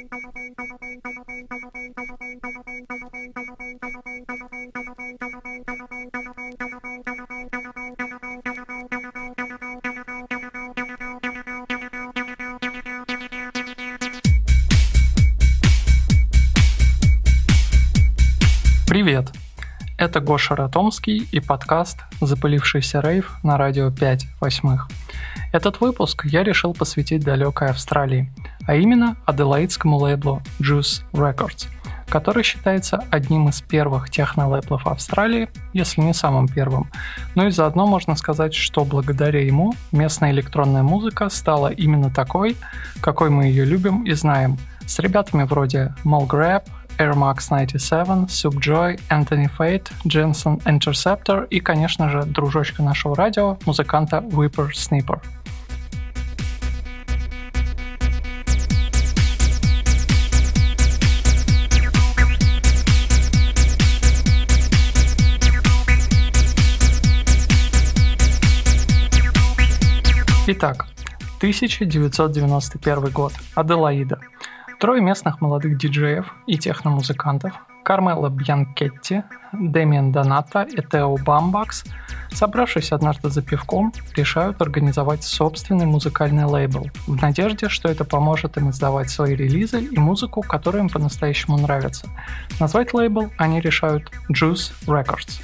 Привет! Это Гоша Ратомский и подкаст «Запылившийся рейв» на радио 5/8. Этот выпуск я решил посвятить далекой Австралии, а именно аделаидскому лейблу Juice Records, который считается одним из первых техно-лейблов Австралии, если не самым первым. Ну и заодно можно сказать, что благодаря ему местная электронная музыка стала именно такой, какой мы ее любим и знаем, с ребятами вроде Mulgrab, Air Max 97, Subjoy, Anthony Fate, Jensen Interceptor и, конечно же, дружочка нашего радио, музыканта Whipper Snipper. Итак, 1991 год. Аделаида. Трое местных молодых диджеев и техномузыкантов Кармело Бьянкетти, Дэмиан Донато и Тео Бамбакс, собравшись однажды за пивком, решают организовать собственный музыкальный лейбл в надежде, что это поможет им издавать свои релизы и музыку, которая им по-настоящему нравится. Назвать лейбл они решают Juice Records.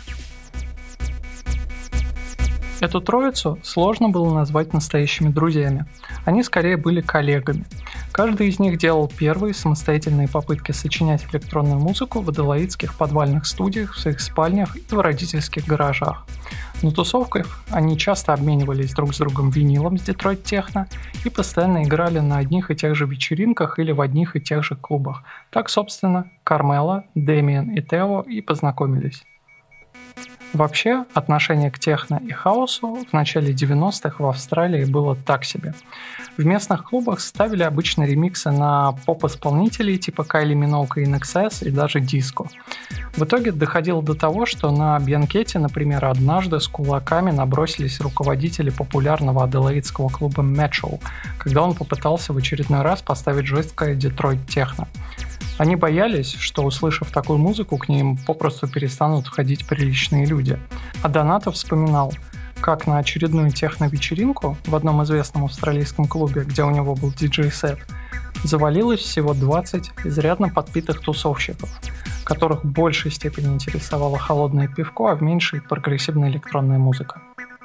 Эту троицу сложно было назвать настоящими друзьями. Они скорее были коллегами. Каждый из них делал первые самостоятельные попытки сочинять электронную музыку в аделаидских подвальных студиях, в своих спальнях и в родительских гаражах. На тусовках они часто обменивались друг с другом винилом с Детройт Техно и постоянно играли на одних и тех же вечеринках или в одних и тех же клубах. Так, собственно, Кармело, Дэмиан и Тео и познакомились. Вообще, отношение к техно и хаосу в начале 90-х в Австралии было так себе. В местных клубах ставили обычно ремиксы на поп-исполнителей типа Кайли Миноуг и INXS и даже диско. В итоге доходило до того, что на Бьянкетти, например, однажды с кулаками набросились руководители популярного аделаидского клуба Metro, когда он попытался в очередной раз поставить жесткое Детройт техно. Они боялись, что, услышав такую музыку, к ним попросту перестанут ходить приличные люди. А Донато вспоминал, как на очередную техно-вечеринку в одном известном австралийском клубе, где у него был диджей-сет, завалилось всего 20 изрядно подпитых тусовщиков, которых в большей степени интересовало холодное пивко, а в меньшей — прогрессивная электронная музыка.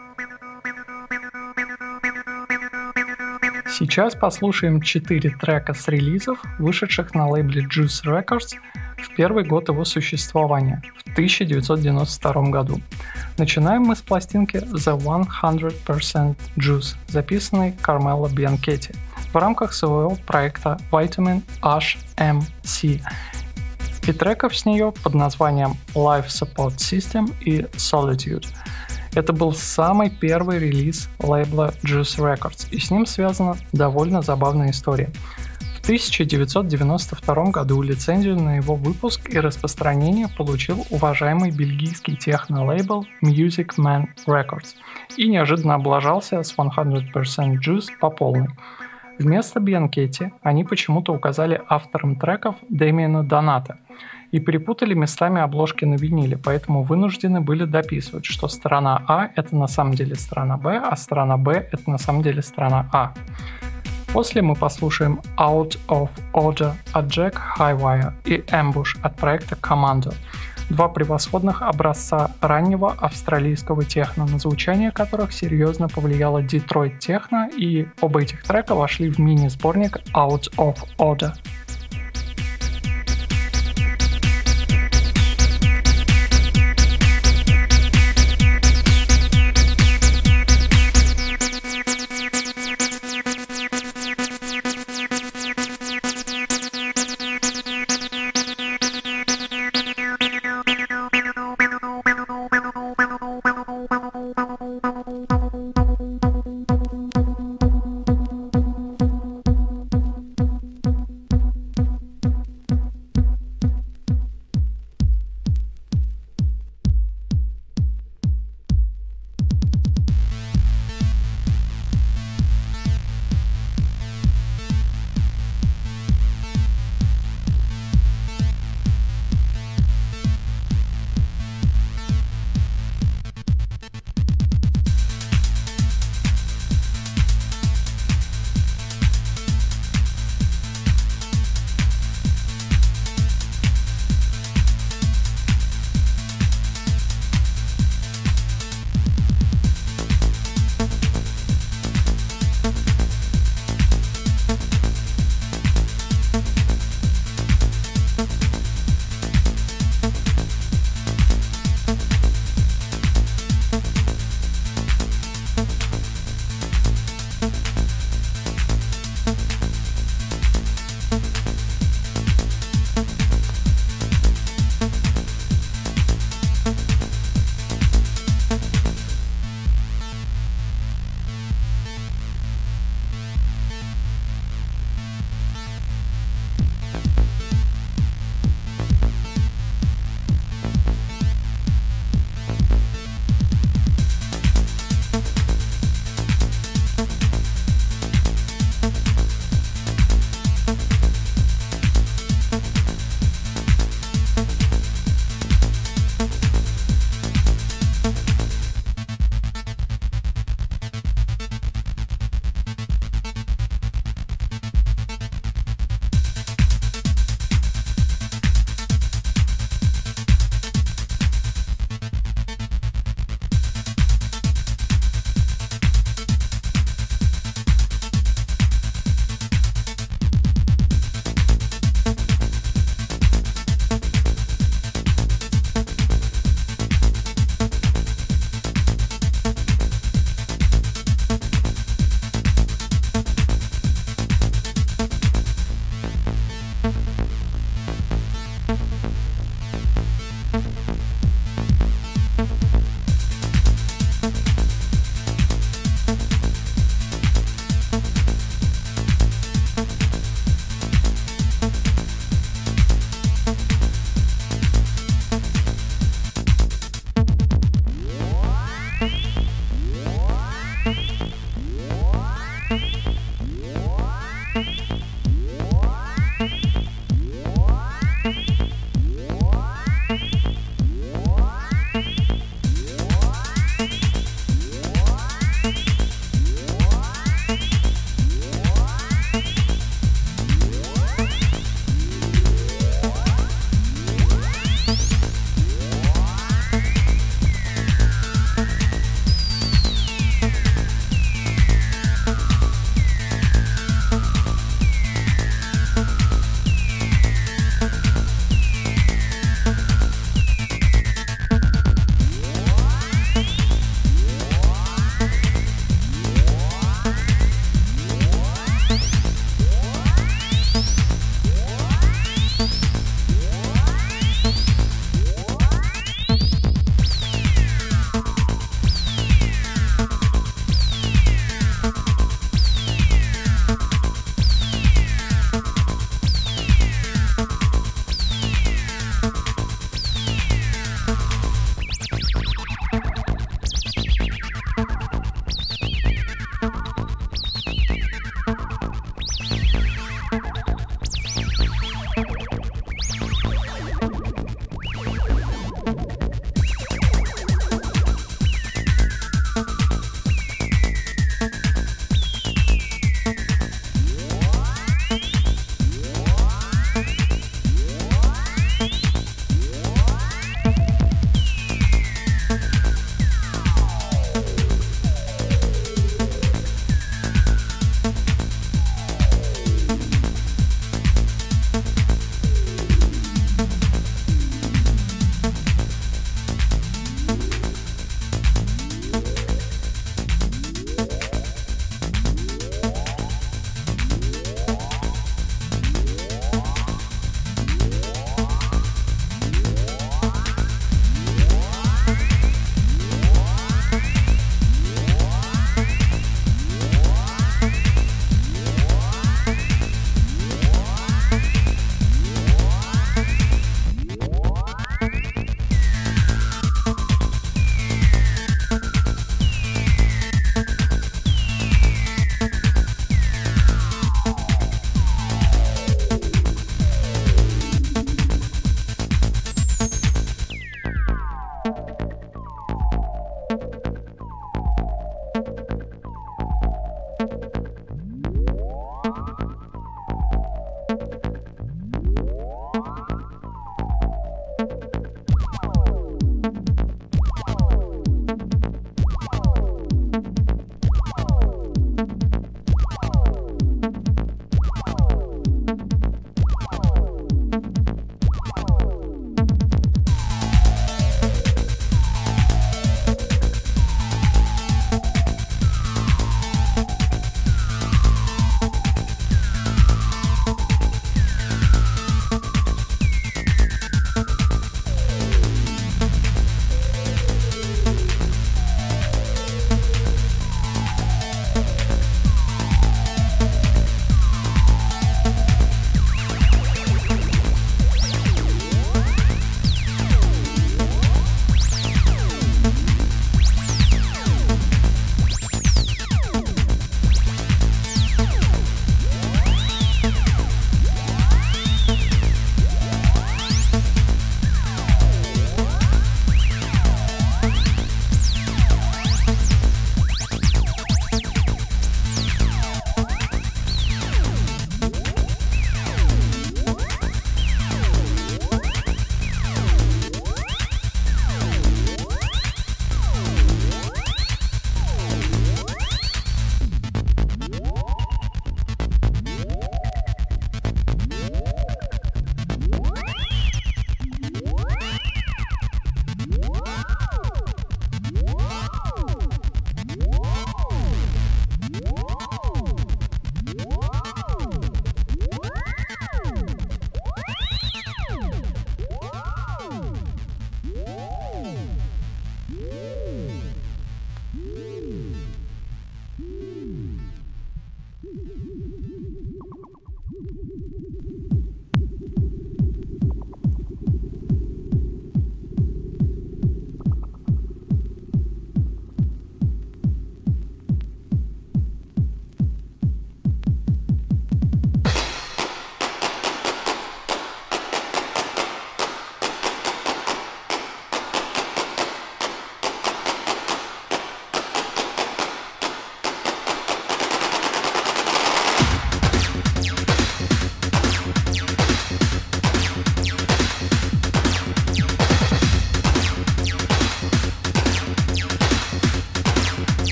Сейчас послушаем 4 трека с релизов, вышедших на лейбле Juice Records в первый год его существования, в 1992 году. Начинаем мы с пластинки The 100% Juice, записанной Кармело Бьянкетти в рамках своего проекта Vitamin HMC и треков с нее под названием Life Support System и Solitude. Это был самый первый релиз лейбла Juice Records, и с ним связана довольно забавная история. В 1992 году лицензию на его выпуск и распространение получил уважаемый бельгийский техно-лейбл Music Man Records и неожиданно облажался с 100% Juice по полной. Вместо Бьянкетти они почему-то указали автором треков Дэмиана Донато и перепутали местами обложки на виниле, поэтому вынуждены были дописывать, что сторона А — это на самом деле сторона Б, а сторона Б — это на самом деле сторона А. После мы послушаем Out of Order от Jack Highwire и Ambush от проекта Commando. Два превосходных образца раннего австралийского техно, на звучание которых серьезно повлияло Детройт техно, и оба этих трека вошли в мини-сборник Out of Order.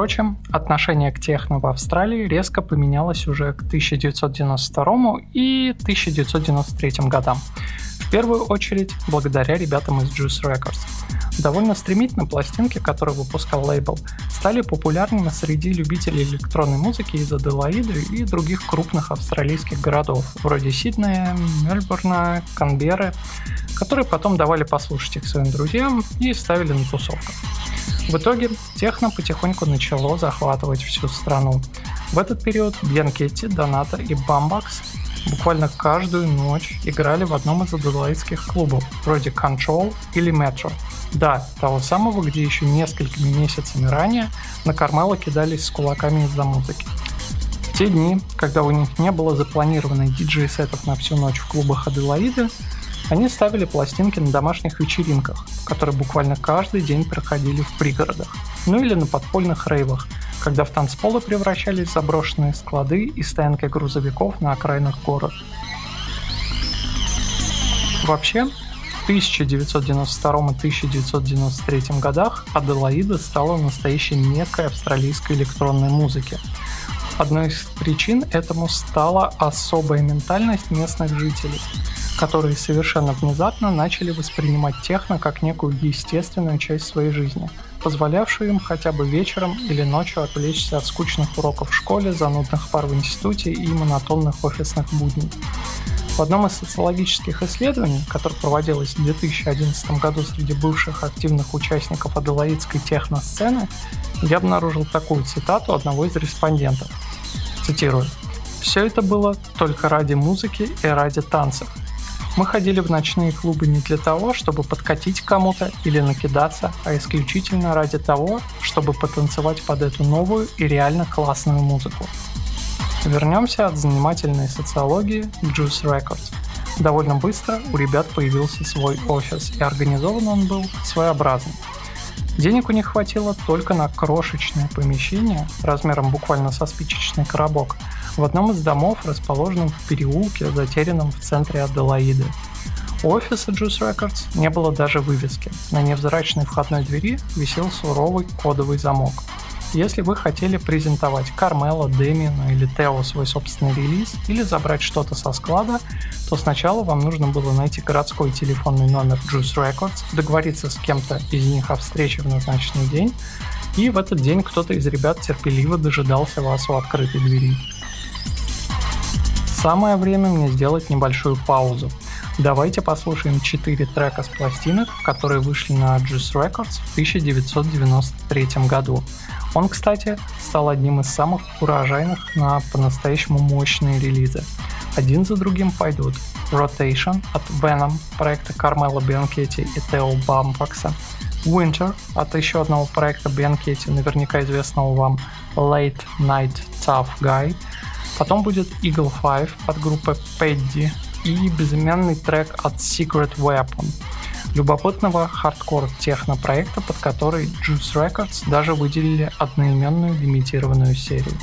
Впрочем, отношение к техно в Австралии резко поменялось уже к 1992 и 1993 годам. В первую очередь благодаря ребятам из Juice Records. Довольно стремительно пластинки, которые выпускал лейбл, стали популярными среди любителей электронной музыки из Аделаиды и других крупных австралийских городов, вроде Сиднея, Мельбурна, Канберры, которые потом давали послушать их своим друзьям и ставили на тусовках. В итоге техно потихоньку начало захватывать всю страну. В этот период Бьянкетти, Доната и Бамбакс буквально каждую ночь играли в одном из аделаидских клубов, вроде Control или Metro. Да, того самого, где еще несколькими месяцами ранее на Кармело кидались с кулаками из-за музыки. В те дни, когда у них не было запланированных диджей-сетов на всю ночь в клубах Аделаиды, они ставили пластинки на домашних вечеринках, которые буквально каждый день проходили в пригородах, ну или на подпольных рейвах, когда в танцполы превращались в заброшенные склады и стоянки грузовиков на окраинах города. Вообще, в 1992 и 1993 годах Аделаида стала настоящей меккой австралийской электронной музыки. Одной из причин этому стала особая ментальность местных жителей, которые совершенно внезапно начали воспринимать техно как некую естественную часть своей жизни, позволявшую им хотя бы вечером или ночью отвлечься от скучных уроков в школе, занудных пар в институте и монотонных офисных будней. В одном из социологических исследований, которое проводилось в 2011 году среди бывших активных участников аделаидской техно-сцены, я обнаружил такую цитату одного из респондентов. Цитирую: «Все это было только ради музыки и ради танцев. Мы ходили в ночные клубы не для того, чтобы подкатить кому-то или накидаться, а исключительно ради того, чтобы потанцевать под эту новую и реально классную музыку». Вернемся от занимательной социологии к Juice Records. Довольно быстро у ребят появился свой офис, и организован он был своеобразно. Денег у них хватило только на крошечное помещение размером буквально со спичечный коробок в одном из домов, расположенном в переулке, затерянном в центре Аделаиды. У офиса Juice Records не было даже вывески. На невзрачной входной двери висел суровый кодовый замок. Если вы хотели презентовать Кармело, Демино или Тео свой собственный релиз или забрать что-то со склада, то сначала вам нужно было найти городской телефонный номер Juice Records, договориться с кем-то из них о встрече в назначенный день, и в этот день кто-то из ребят терпеливо дожидался вас у открытой двери. Самое время мне сделать небольшую паузу. Давайте послушаем 4 трека с пластинок, которые вышли на Juice Records в 1993 году. Он, кстати, стал одним из самых урожайных на по-настоящему мощные релизы. Один за другим пойдут Rotation от Venom, проекта Кармело Бьянкетти и Тео Бамбакса, Winter от еще одного проекта Бьянкетти, наверняка известного вам, Late Night Tough Guy, потом будет Eagle 5 от группы Paddy и безымянный трек от Secret Weapon, любопытного хардкор-техно-проекта, под который Juice Records даже выделили одноименную лимитированную серию.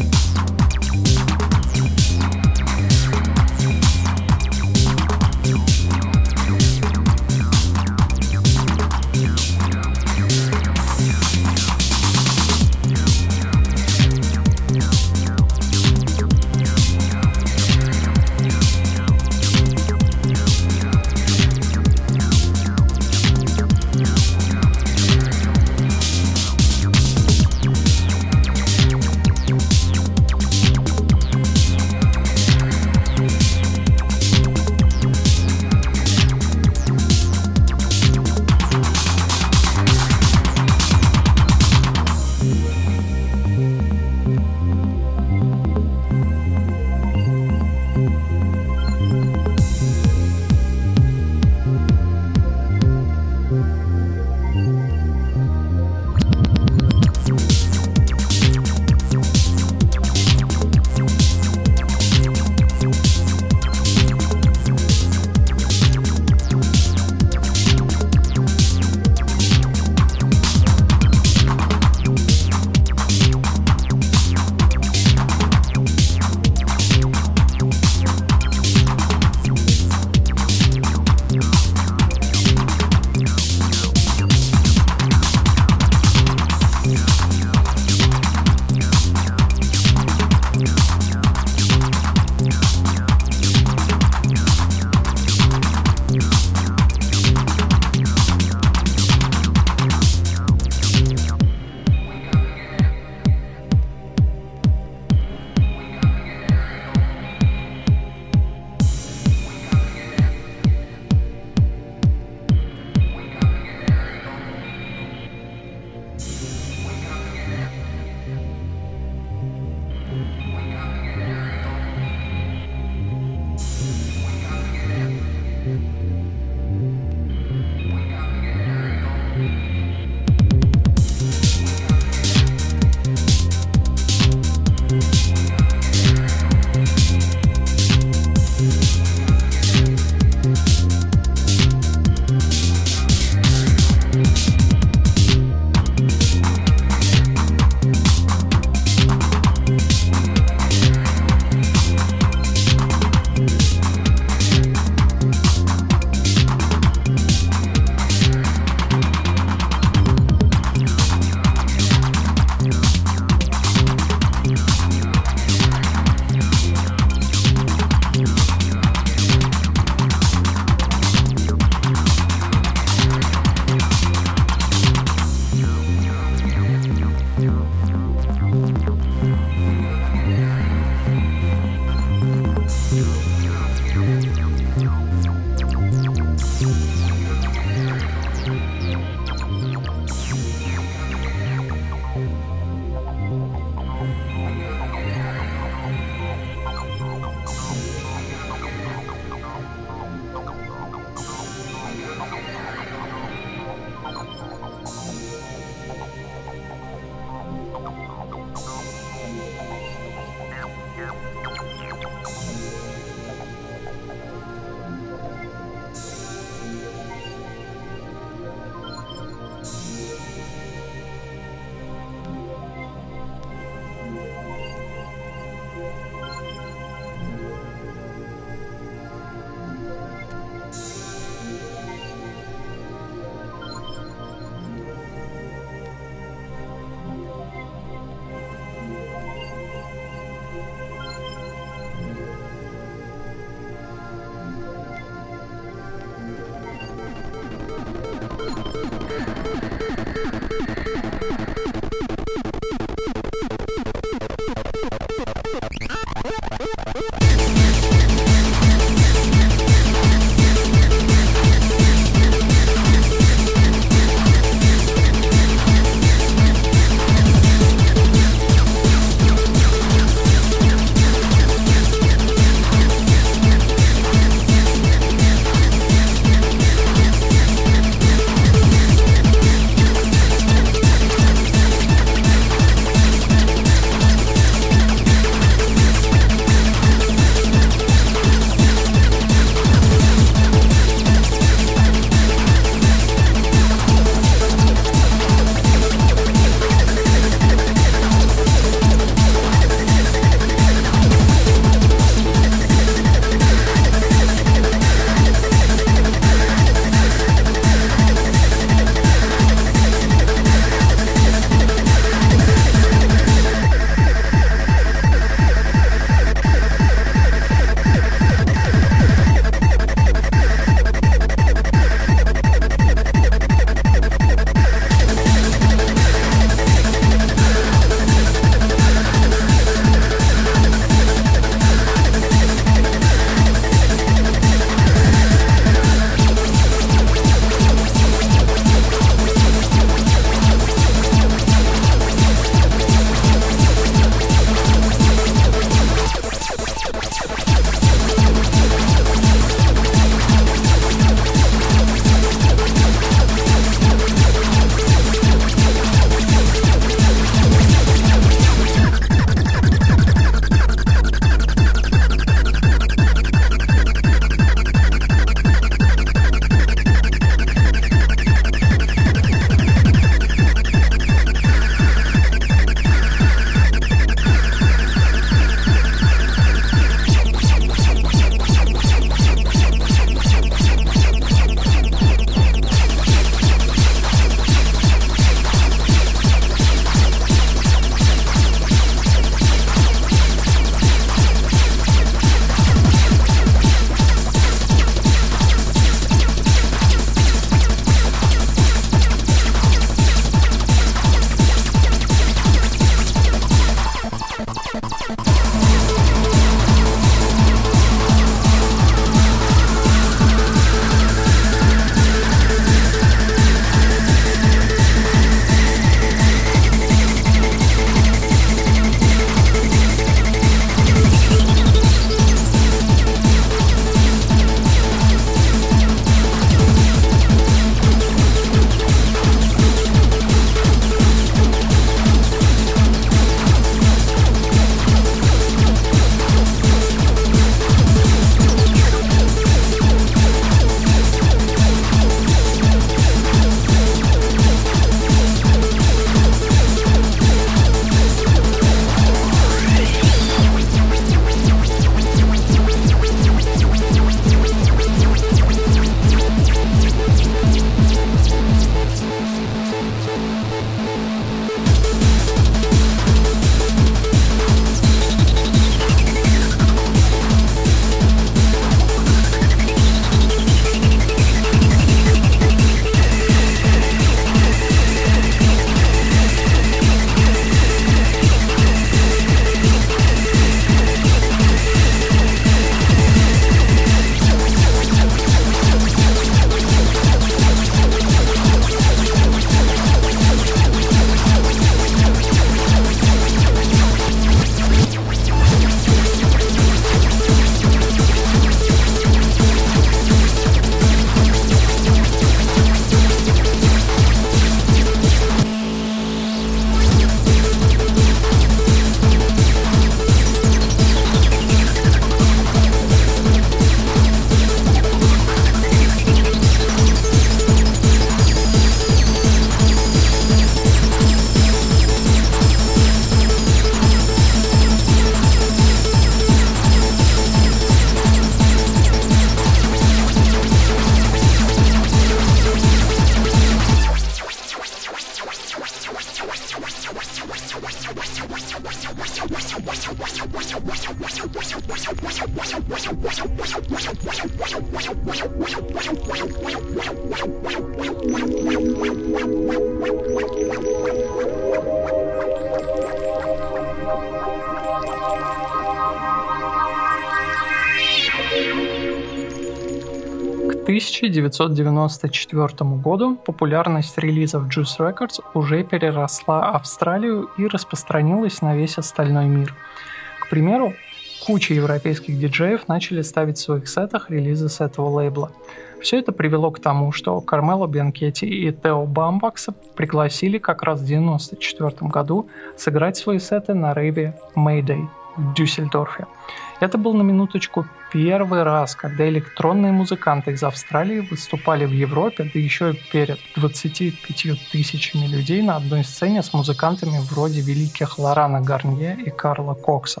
К 1994 году популярность релизов Juice Records уже переросла Австралию и распространилась на весь остальной мир. К примеру, куча европейских диджеев начали ставить в своих сетах релизы с этого лейбла. Все это привело к тому, что Кармело Бенкетти и Тео Бамбакса пригласили как раз в 1994 году сыграть свои сеты на рейве Mayday в Дюссельдорфе. Это был на минуточку первый раз, когда электронные музыканты из Австралии выступали в Европе, да еще и перед 25 тысячами людей на одной сцене с музыкантами вроде великих Лорана Гарнье и Карла Кокса.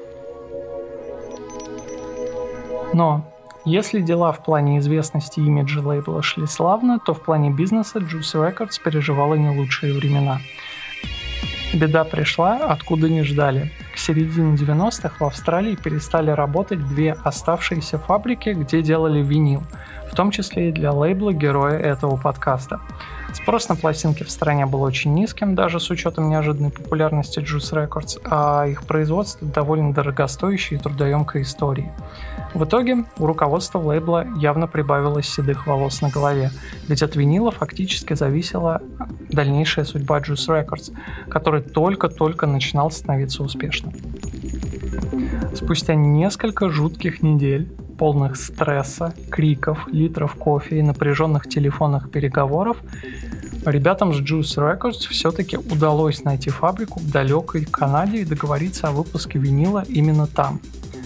Но если дела в плане известности и имиджа лейбла шли славно, то в плане бизнеса Juice Records переживала не лучшие времена. Беда пришла, откуда не ждали. К середине 90-х в Австралии перестали работать две оставшиеся фабрики, где делали винил, в том числе и для лейбла героя этого подкаста. Спрос на пластинки в стране был очень низким, даже с учетом неожиданной популярности Juice Records, а их производство довольно дорогостоящей и трудоемкой истории. В итоге у руководства лейбла явно прибавилось седых волос на голове, ведь от винила фактически зависела дальнейшая судьба Juice Records, который только-только начинал становиться успешным. Спустя несколько жутких недель, полных стресса, криков, литров кофе и напряженных телефонных переговоров, ребятам с Juice Records все-таки удалось найти фабрику в далекой Канаде и договориться о выпуске винила именно там.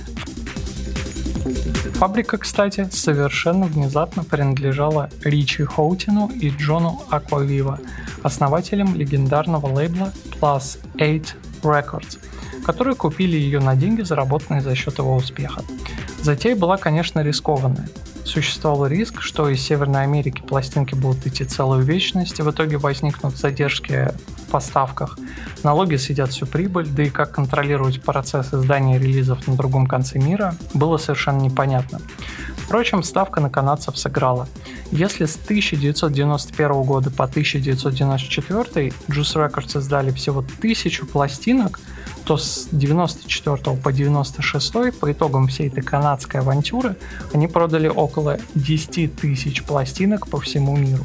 Фабрика, кстати, совершенно внезапно принадлежала Ричи Хоутину и Джону Аквавива, основателям легендарного лейбла Plus 8 Records, которые купили ее на деньги, заработанные за счет его успеха. Затея была, конечно, рискованная. Существовал риск, что из Северной Америки пластинки будут идти целую вечность, и в итоге возникнут задержки в поставках, налоги съедят всю прибыль, да и как контролировать процесс издания релизов на другом конце мира было совершенно непонятно. Впрочем, ставка на канадцев сыграла. Если с 1991 года по 1994 Juice Records издали всего 1000 пластинок, то с 1994 по 1996 по итогам всей этой канадской авантюры они продали около 10 тысяч пластинок по всему миру.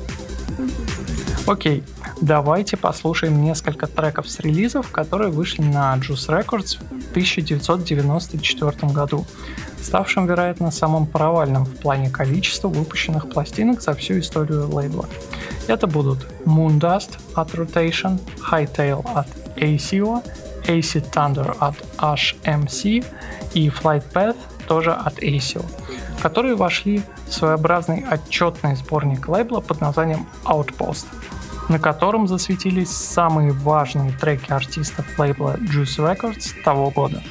Окей, давайте послушаем несколько треков с релизов, которые вышли на Juice Records в 1994 году, ставшим, вероятно, самым провальным в плане количества выпущенных пластинок за всю историю лейбла. Это будут Moondust от Rotation, Hightail от ACO, Acid Thunder от HMC и Flight Path тоже от ACO, которые вошли в своеобразный отчетный сборник лейбла под названием Outpost, на котором засветились самые важные треки артистов лейбла Juice Records того года.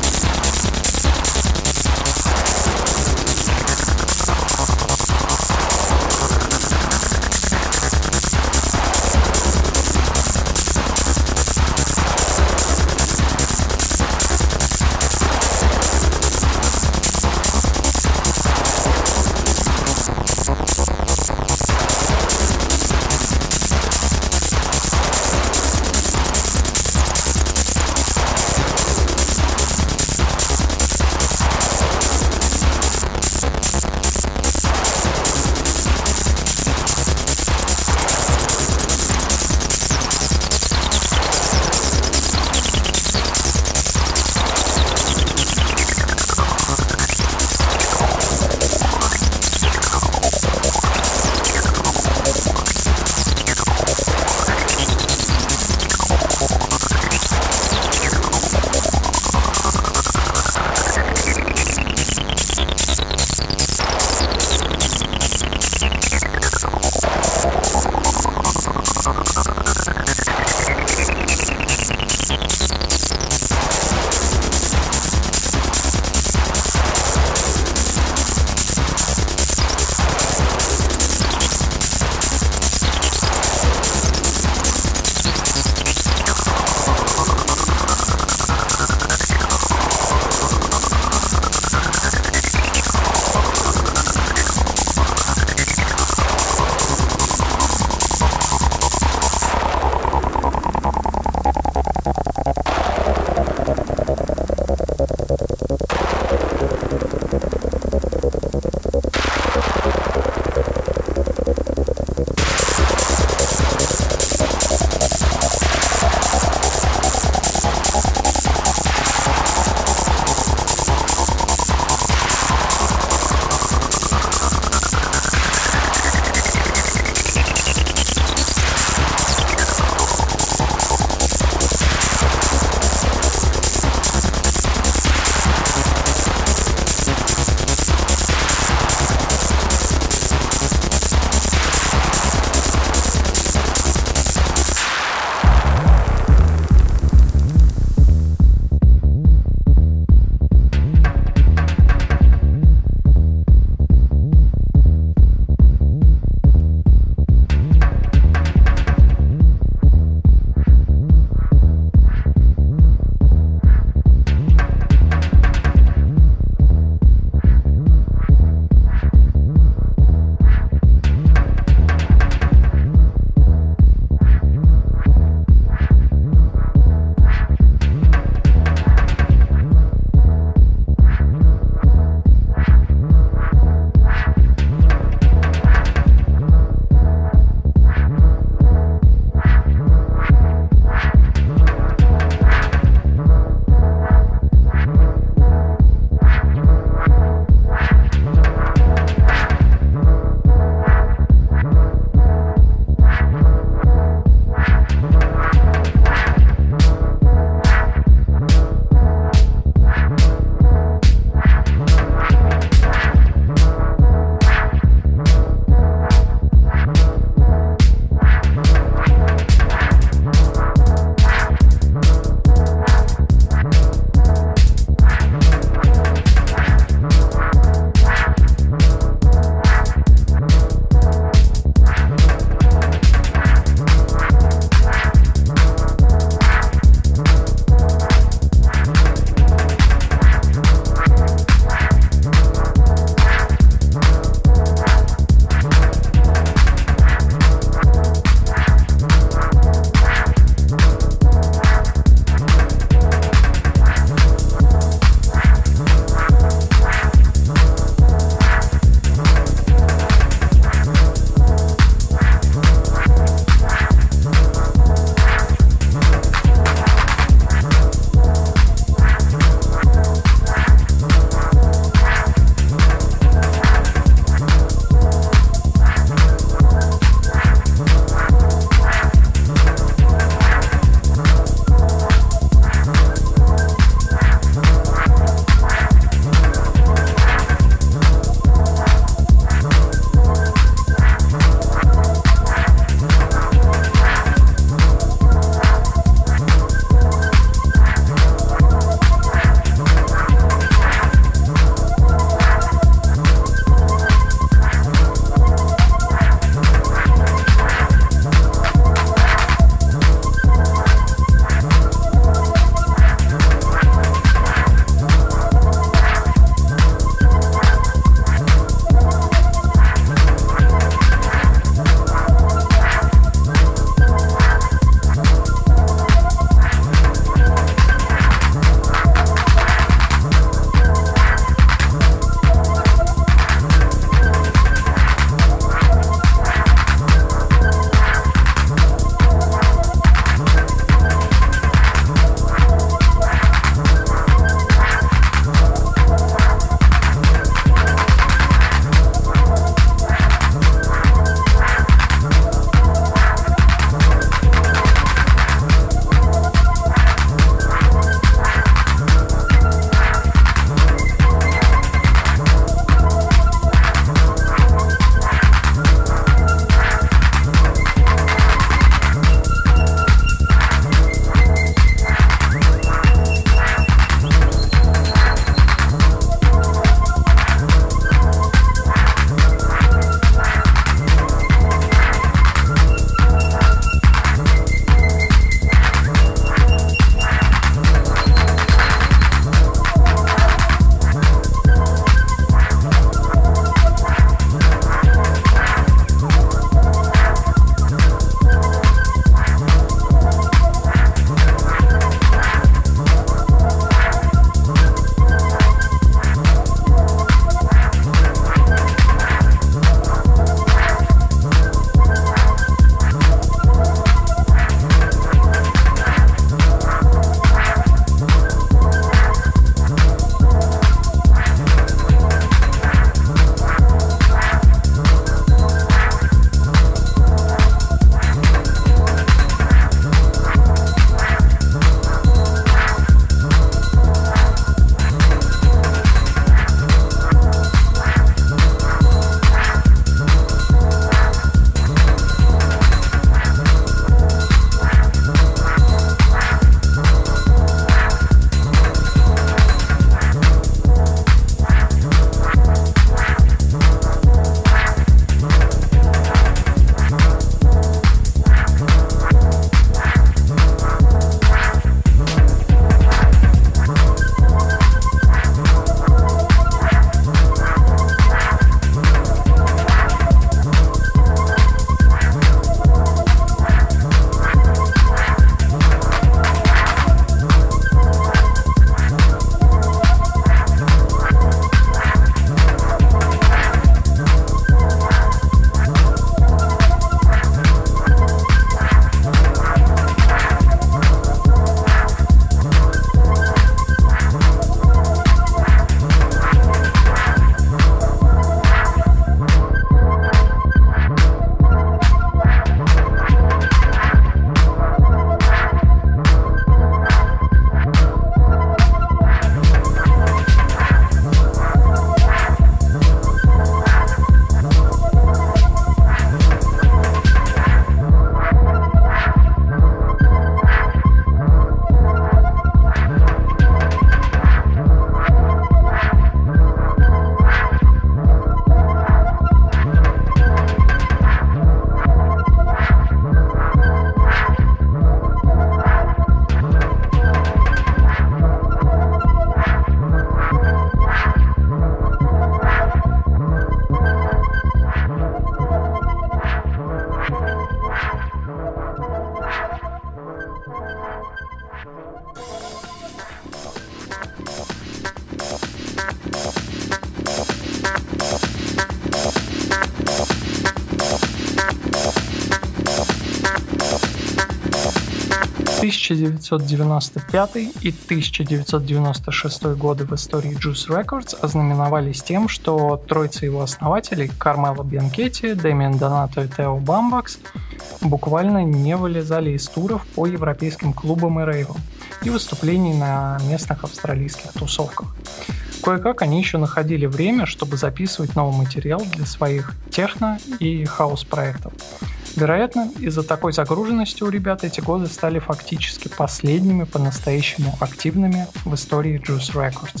1995 и 1996 годы в истории Juice Records ознаменовались тем, что троица его основателей Кармело Бьянкетти, Дэмиан Донато и Тео Бамбакс буквально не вылезали из туров по европейским клубам и рейвам и выступлений на местных австралийских тусовках. Кое-как они еще находили время, чтобы записывать новый материал для своих техно- и хаус-проектов. Вероятно, из-за такой загруженности у ребят эти годы стали фактически последними по-настоящему активными в истории Juice Records.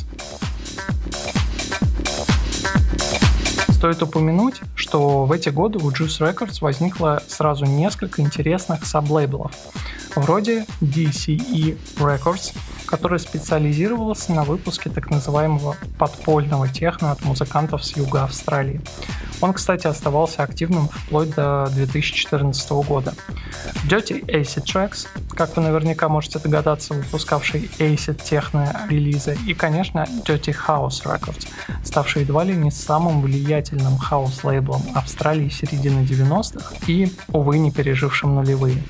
Стоит упомянуть, что в эти годы у Juice Records возникло сразу несколько интересных саблейблов, вроде DCE Records, который специализировался на выпуске так называемого подпольного техно от музыкантов с юга Австралии. Он, кстати, оставался активным вплоть до 2014 года. Dirty Acid Tracks, как вы наверняка можете догадаться, выпускавший Acid техно релизы, и, конечно, Dirty House Records, ставший едва ли не самым влиятельным хаус-лейблом Австралии середины 90-х и, увы, не пережившим нулевые.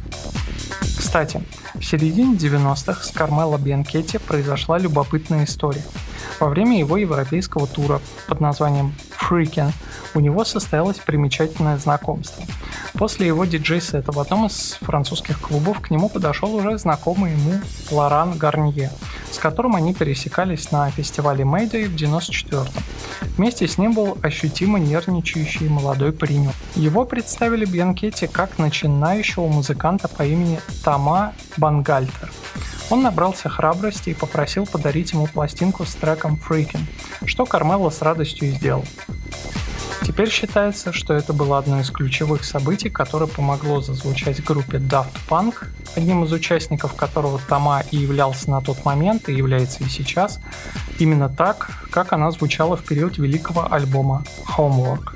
Кстати, в середине 90-х с Кармело Бьянкетти произошла любопытная история. Во время его европейского тура под названием Freakin' у него состоялось примечательное знакомство. После его диджей-сета в одном из французских клубов к нему подошел уже знакомый ему Лоран Гарнье, с которым они пересекались на фестивале Mayday в 94-м. Вместе с ним был ощутимо нервничающий молодой паренек. Его представили Бьянкетти как начинающего музыканта по имени Тома Бангальтер. Он набрался храбрости и попросил подарить ему пластинку с треком Freakin', что Кармело с радостью и сделал. Теперь считается, что это было одно из ключевых событий, которое помогло зазвучать группе Daft Punk, одним из участников которого Тома и являлся на тот момент и является и сейчас, именно так, как она звучала в период великого альбома Homework.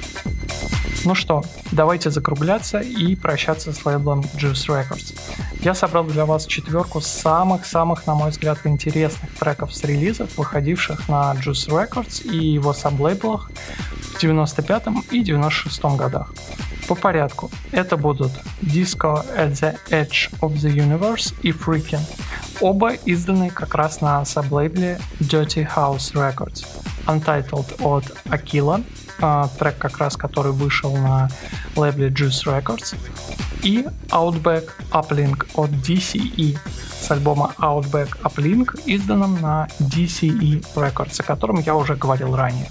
Ну что, давайте закругляться и прощаться с лейблом Juice Records. Я собрал для вас 4 самых, на мой взгляд, интересных треков с релизов, выходивших на Juice Records и его саблейблах в 95-м и 96-м годах. По порядку. Это будут Disco at the Edge of the Universe и Freakin'. Оба изданы как раз на саблейбле Dirty House Records. Untitled от Aquila, трек как раз который вышел на лейбле Juice Records, и Outback Uplink от DCE с альбома Outback Uplink, изданным на DCE Records, о котором я уже говорил ранее.